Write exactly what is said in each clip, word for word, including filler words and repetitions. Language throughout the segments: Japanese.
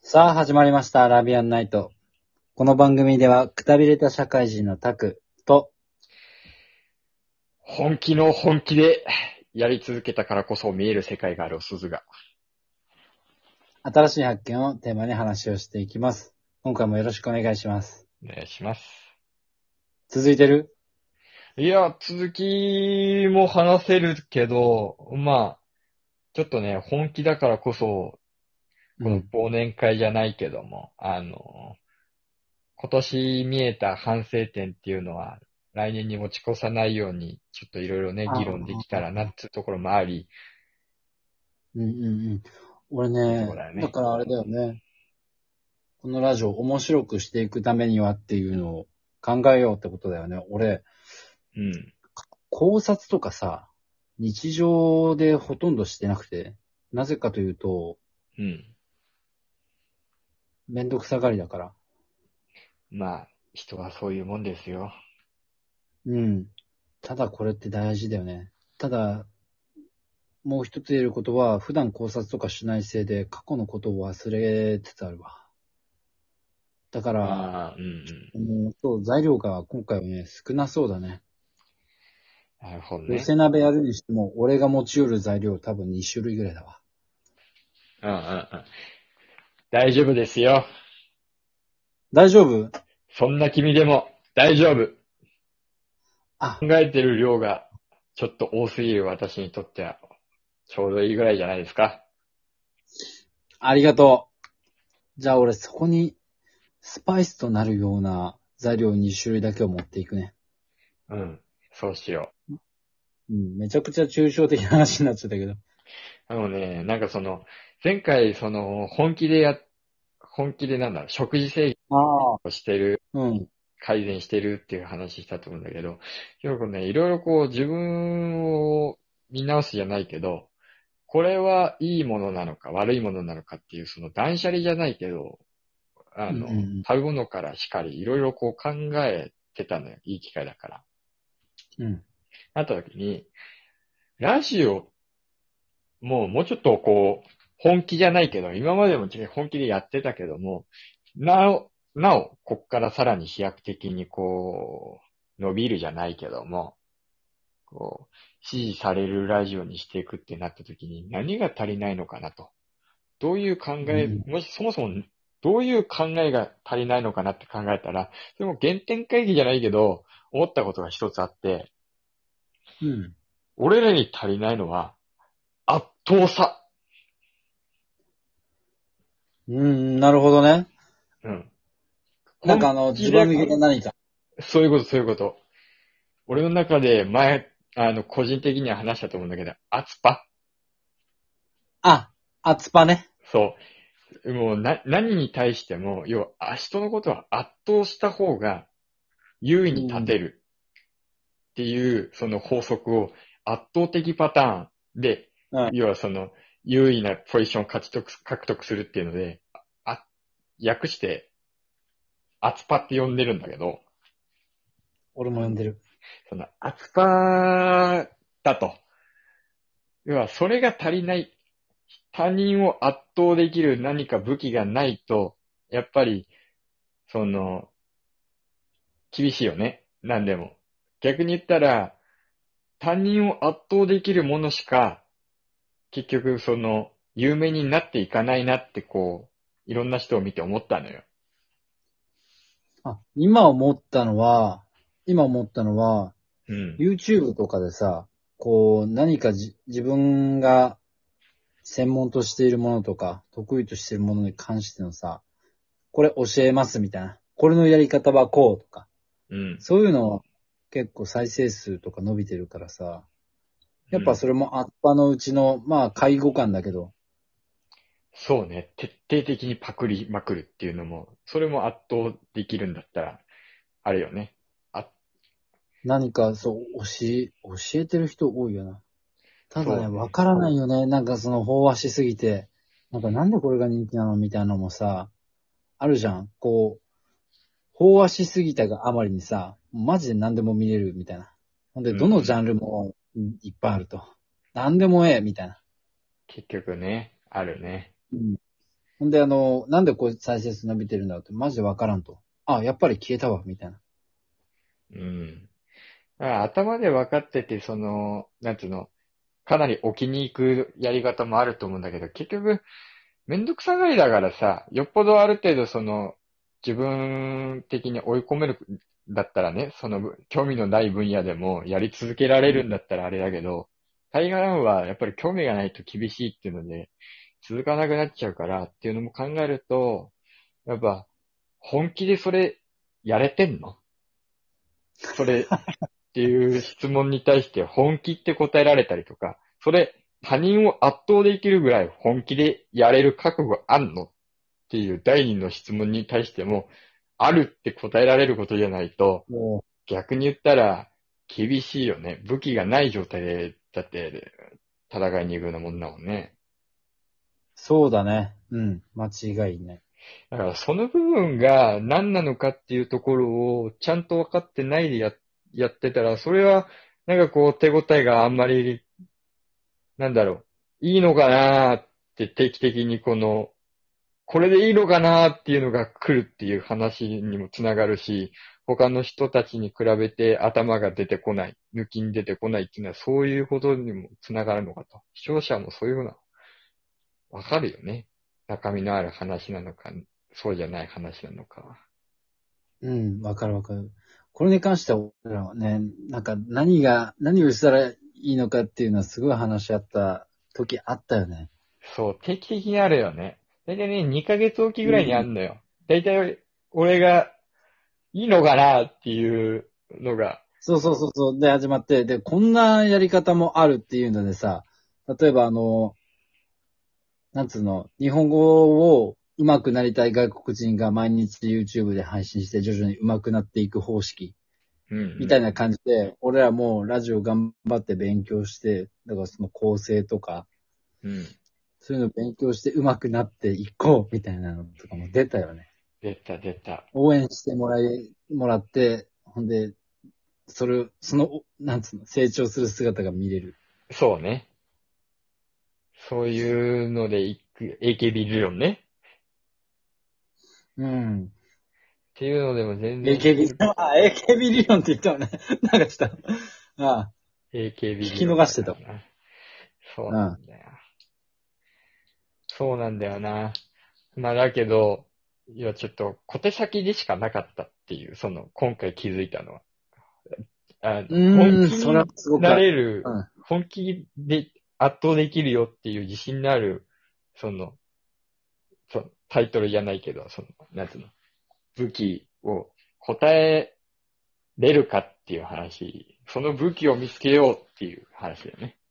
さあ始まりました、アラビアンナイト。この番組では、くたびれた社会人のタクと、 本気の本気でやり続けたからこそ見える世界があるお鈴が。 新しい発見をテーマに話をしていきます。今回もよろしくお願いします。 お願いします。 続いてる？ いや、続きも話せるけど、まあ、ちょっとね、本気だからこそ、このうん。 忘年会じゃないけども、あの、今年見えた反省点っていうのは、来年に持ち越さないように、ちょっといろいろね、 あ議論できたらなっていうところもあり、 うんうんうん。俺っていうとこね、 ろだよね。 だからあれだよね。このラジオ面白くしていくためにはっていうのを考えようってことだよね。俺、 うん。 考察とかさ、日常でほとんどしてなくて、なぜかというと、 うん。 めんどくさがりだから。 まあ、人はそういうもんですよ。 うん。ただこれって大事だよね。ただ、もう一つ言えることは、普段考察とかしないせいで過去のことを忘れつつあるわ。だから、 ああ、うんうん。 もうそう材料が今回はね、少なそうだね。 なるほど寄ね。 せ鍋やるにしても、俺が持ち寄る材料多分に種類ぐらいだわ。 うんうんうん。大丈夫ですよ。 大丈夫？ そんな君でも大丈夫。 あ、 考えてる量がちょっと多すぎる私にとってはちょうどいいぐらいじゃないですか。 ありがとう。じゃあ俺そこにスパイスとなるような材料に種類だけを持っていくね。 うん。そうしようん、めちゃくちゃ抽象的な話になっちゃったけど。 う。あのね、なんかその、前回その、本気でや、本気でなんだろう、食事制限ああ。 をしてる、 うん。 改善してるっていう話したと思うんだけど、よくね、いろいろこう自分を見直すじゃないけど、これはいいものなのか悪いものなのかっていうその断捨離じゃないけど、あうんうの、 ん食べ物からしかり、いろいろこう考えてたのよ。いい機会だから。 うん。うん。 なった時に、ラジオももうちょっとこう、本気じゃないけど、今までも本気でやってたけども、なお、なお、こっからさらに飛躍的にこう、伸びるじゃないけども、こう、支持されるラジオにしていくってなった時に何が足りないのかなと。どういう考え、 うんもしそもそもどういう考えが足りないのかなって考えたら、それも原点会議じゃないけど、思ったことが一つあって、 うん。 俺らに足りないのは圧倒さ。 うん、なるほどね。 うん。本なんかあの、 気で、 自慢げな何か。 そういうこと、そういうこと。俺の中で前、あの、個人的には話したと思うんだけど、圧パ。 あ、アツパね。 そう。もうな、何に対しても、要は、人のことは圧倒した方が優位に立うん。 てるっていう、その法則を圧倒的パターンで、 うん。 要はその、優位なポジションを獲得獲得するっていうので、あ、訳して、圧パって呼んでるんだけど、 俺も呼んでる。 その、圧パだと。要は、それが足りない。他人を圧倒できる何か武器がないと、やっぱり、その、厳しいよね。何でも。逆に言ったら、他人を圧倒できるものしか、結局、その、有名になっていかないなって、こう、いろんな人を見て思ったのよ。 あ、今思ったのは、今思ったのは、 うん。 YouTube とかでさ、こう、何かじ自分が専門としているものとか、得意としているものに関してのさ、これ教えますみたいな。これのやり方はこうとか。 うん。 そういうのは結構再生数とか伸びてるからさ、やっぱうん。 それもアッパのうちの、まあ、介護官だけど、 そうね。徹底的にパクりまくるっていうのも、それも圧倒できるんだったら、あれよね。あ、 何かそう、教え、教えてる人多いよな。ただね、 そうね。 わからないよね。なんかその飽和しすぎて、なんかなんでこれが人気なのみたいなのもさ、あるじゃん。こう、飽和しすぎたがあまりにさ、マジで何でも見れるみたいな。ほんで、 うんうん。 どのジャンルもいっぱいあると。何でもええ、みたいな。 結局ね、あるね。 うん。 ほんで、あの、なんでこう再生数伸びてるんだろうって、マジでわからんと。あ、やっぱり消えたわ、みたいな。 うん。だから頭で分かってて、その、なんつうの、かなり置きに行くやり方もあると思うんだけど、結局、めんどくさがりだからさ、よっぽどある程度その、自分的に追い込めるんだったらね、その興味のない分野でもやり続けられるんだったらあれだけど、大半はやっぱり興味がないと厳しいっていうので、続かなくなっちゃうからっていうのも考えると、やっぱ、本気でそれやれてんのそれっていう質問に対して本気って答えられたりとか、それ他人を圧倒できるぐらい本気でやれる覚悟あんのっていう第二の質問に対しても、あるって答えられることじゃないと、 も逆に言ったら厳しいよね。武器がない状態で、だって戦いに行くようなもんだもんね。 う、そうだね。うん。間違いない。 だからその部分が何なのかっていうところをちゃんと分かってないでや、やってたら、それはなんかこう手応えがあんまり、なんだろう、いいのかなーって定期的にこの、これでいいのかなーっていうのが来るっていう話にもつながるし、他の人たちに比べて頭が出てこない、抜きに出てこないっていうのはそういうことにもつながるのかと。視聴者もそういうふうな、わかるよね。中身のある話なのか、そうじゃない話なのか。 うん、わかるわかる。これに関しては、俺らはね、なんか何が、何をしたらいいのかっていうのはすごい話し合った時あったよね。 そう、定期的にあるよね。だいたいね、にかげつおきぐらいにあうん。 るのよ。だいたい俺がいいのかなっていうのが、 そうそうそうそう。で、始まって、で、こんなやり方もあるっていうのでさ、例えばあの、なんつうの、日本語を上手くなりたい外国人が毎日 YouTube で配信して徐々に上手くなっていく方式うんうんみたいな感じで、俺らもラジオ頑張って勉強して、だからその構成とか、 うん。 そういうのを勉強して上手くなっていこうみたいなのとかも出たよね。 出た出た。 応援してもらい、もらって、ほんで、それ、その、なんつうの、成長する姿が見れる。 そうね。そういうのでいく、エーケービー 理論ね。 うん。 っていうのでも全然いけエーケービー、 る。 あ、エーケービー 理論って言ったわね。なんかした。ああ、 エーケービー聞き理論逃してた。 だからな。そううん。 なんだよ。そうなんだよな。まあだけど、いやちょっと小手先でしかなかったっていう、その、今回気づいたのは。あの、 う本ーん、それは気になすごくある。 れる、 うん。 本気で圧倒できるよっていう自信のある、その、そのタイトルじゃないけど、その、なんつうの、武器を答えれるかっていう話、その武器を見つけようっていう話だよね。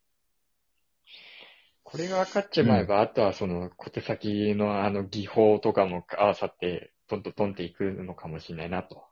これが分かっちうん。 まえば、あとはその小手先のあの技法とかも合わさって、トントントンっていくのかもしれないなと。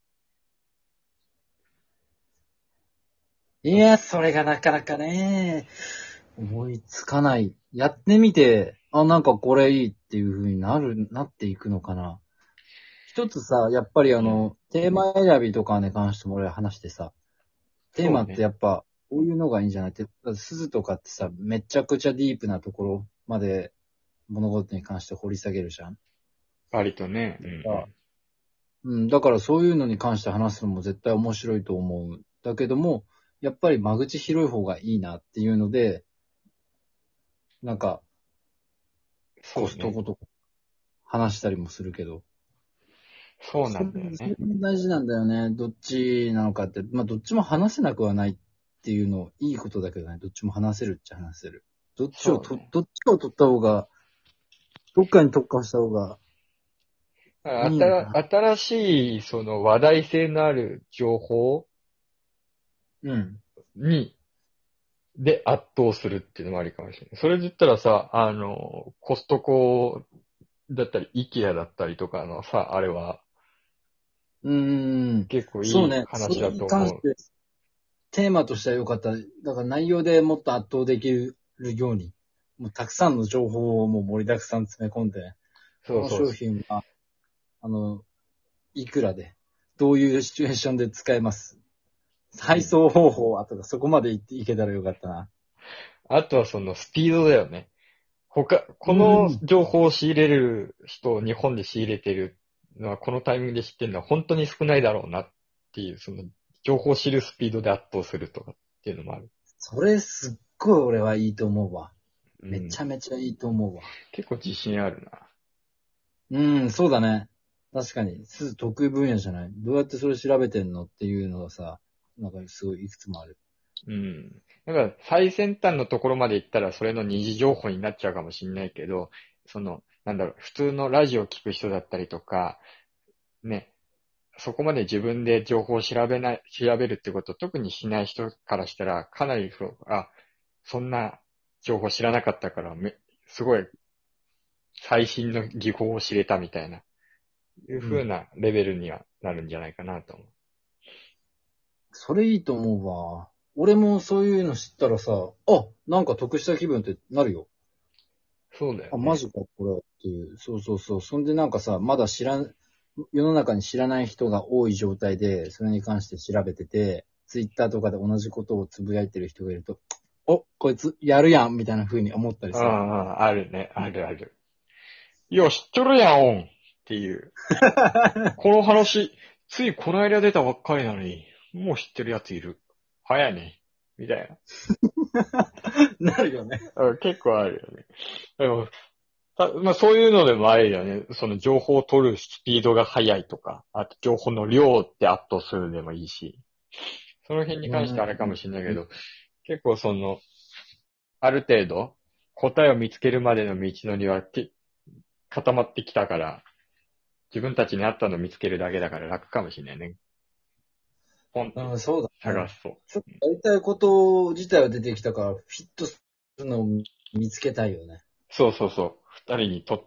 いや、それがなかなかね、思いつかない。やってみて、あ、なんかこれいいっていう風になる、なっていくのかな。一つさ、やっぱりあうん。 の、テーマ選びとかに関しても俺話してさ、テーマってそうね。 やっぱ、こういうのがいいんじゃないって、だって鈴とかってさ、めちゃくちゃディープなところまで物事に関して掘り下げるじゃん。 割とね。うんうん、だからそういうのに関して話すのも絶対面白いと思う。だけども、やっぱり間口広い方がいいなっていうので、なんか、コそうね。 ストコとか話したりもするけど、 そうなそれ、 んだよね。 それも大事なんだよね。どっちなのかって。まあ、どっちも話せなくはないっていうの、いいことだけどね。どっちも話せるっちゃ話せる。どっちをと、 そうね。 どっちを取った方が、どっかに特化した方がいいのかあたら、 な。 新しい、その話題性のある情報うん。 に、で圧倒するっていうのもありかもしれない。それで言ったらさ、あの、コストコだったり、イケアだったりとかのさ、あれはうーん。 結構いいそうね。そ話だれにと思う。 関して、テーマとしては良かった。だから内容でもっと圧倒できるように、もうたくさんの情報をもう盛りだくさん詰め込んで、このそうそう。 商品は、あの、いくらで、どういうシチュエーションで使えます。配うん送方法はとか、そこまでいっていけたらよかったな。 あとはそのスピードだよね。 他、この情報を仕入れる人を日本で仕入れてるのはこのタイミングで知ってるのは本当に少ないだろうなっていう、その情報を知るスピードで圧倒するとかっていうのもある。 それすっごい俺はいいと思うわ。 うん、 めちゃめちゃいいと思うわ。 結構自信あるな。 うん、そうだね。確かに。すぐ得意分野じゃない。どうやってそれ調べてんのっていうのがさ、なんかすごいいくつもある。 うん。だから最先端のところまで行ったらそれの二次情報になっちゃうかもしれないけど、その、なんだろう、普通のラジオを聞く人だったりとか、ね、そこまで自分で情報を調べない、調べるってことを特にしない人からしたら、かなりそう、あ、そんな情報知らなかったからめ、すごい最新の技法を知れたみたいな、いう風なレベルにはなるんじゃないかなと思う。 それいいと思うわ。俺もそういうの知ったらさ、あ、なんか得した気分ってなるよ。あ、 そうだよね。 マジか、これっていう。そうそうそう。そんでなんかさ、まだ知らん、世の中に知らない人が多い状態で、それに関して調べてて、ツイッターとかで同じことをつぶやいてる人がいると、お、こいつやるやんみたいな風に思ったりあする。 あ、あるね、あるある。いや、知っとるやん、おんっていう。この話、ついこの間出たばっかりなのに、もう知ってるやついる。早いね。みたいなるよね。 な。うん結構あるよね。でも、たまあそういうのでもあるよね。その情報を取るスピードが速いとか、あと情報の量って圧倒するでもいいし、その辺に関してあれかもしれないけど、結構その、ある程度、答えを見つけるまでの道のりはけ固まってきたから、自分たちに合ったのを見つけるだけだから楽かもしれないね。ポンってうん、そうだ、 探すと。 ちょっとやりたいこと自体は出てきたから、フィットするのを見つけたいよね。 そうそうそう。二人にとっ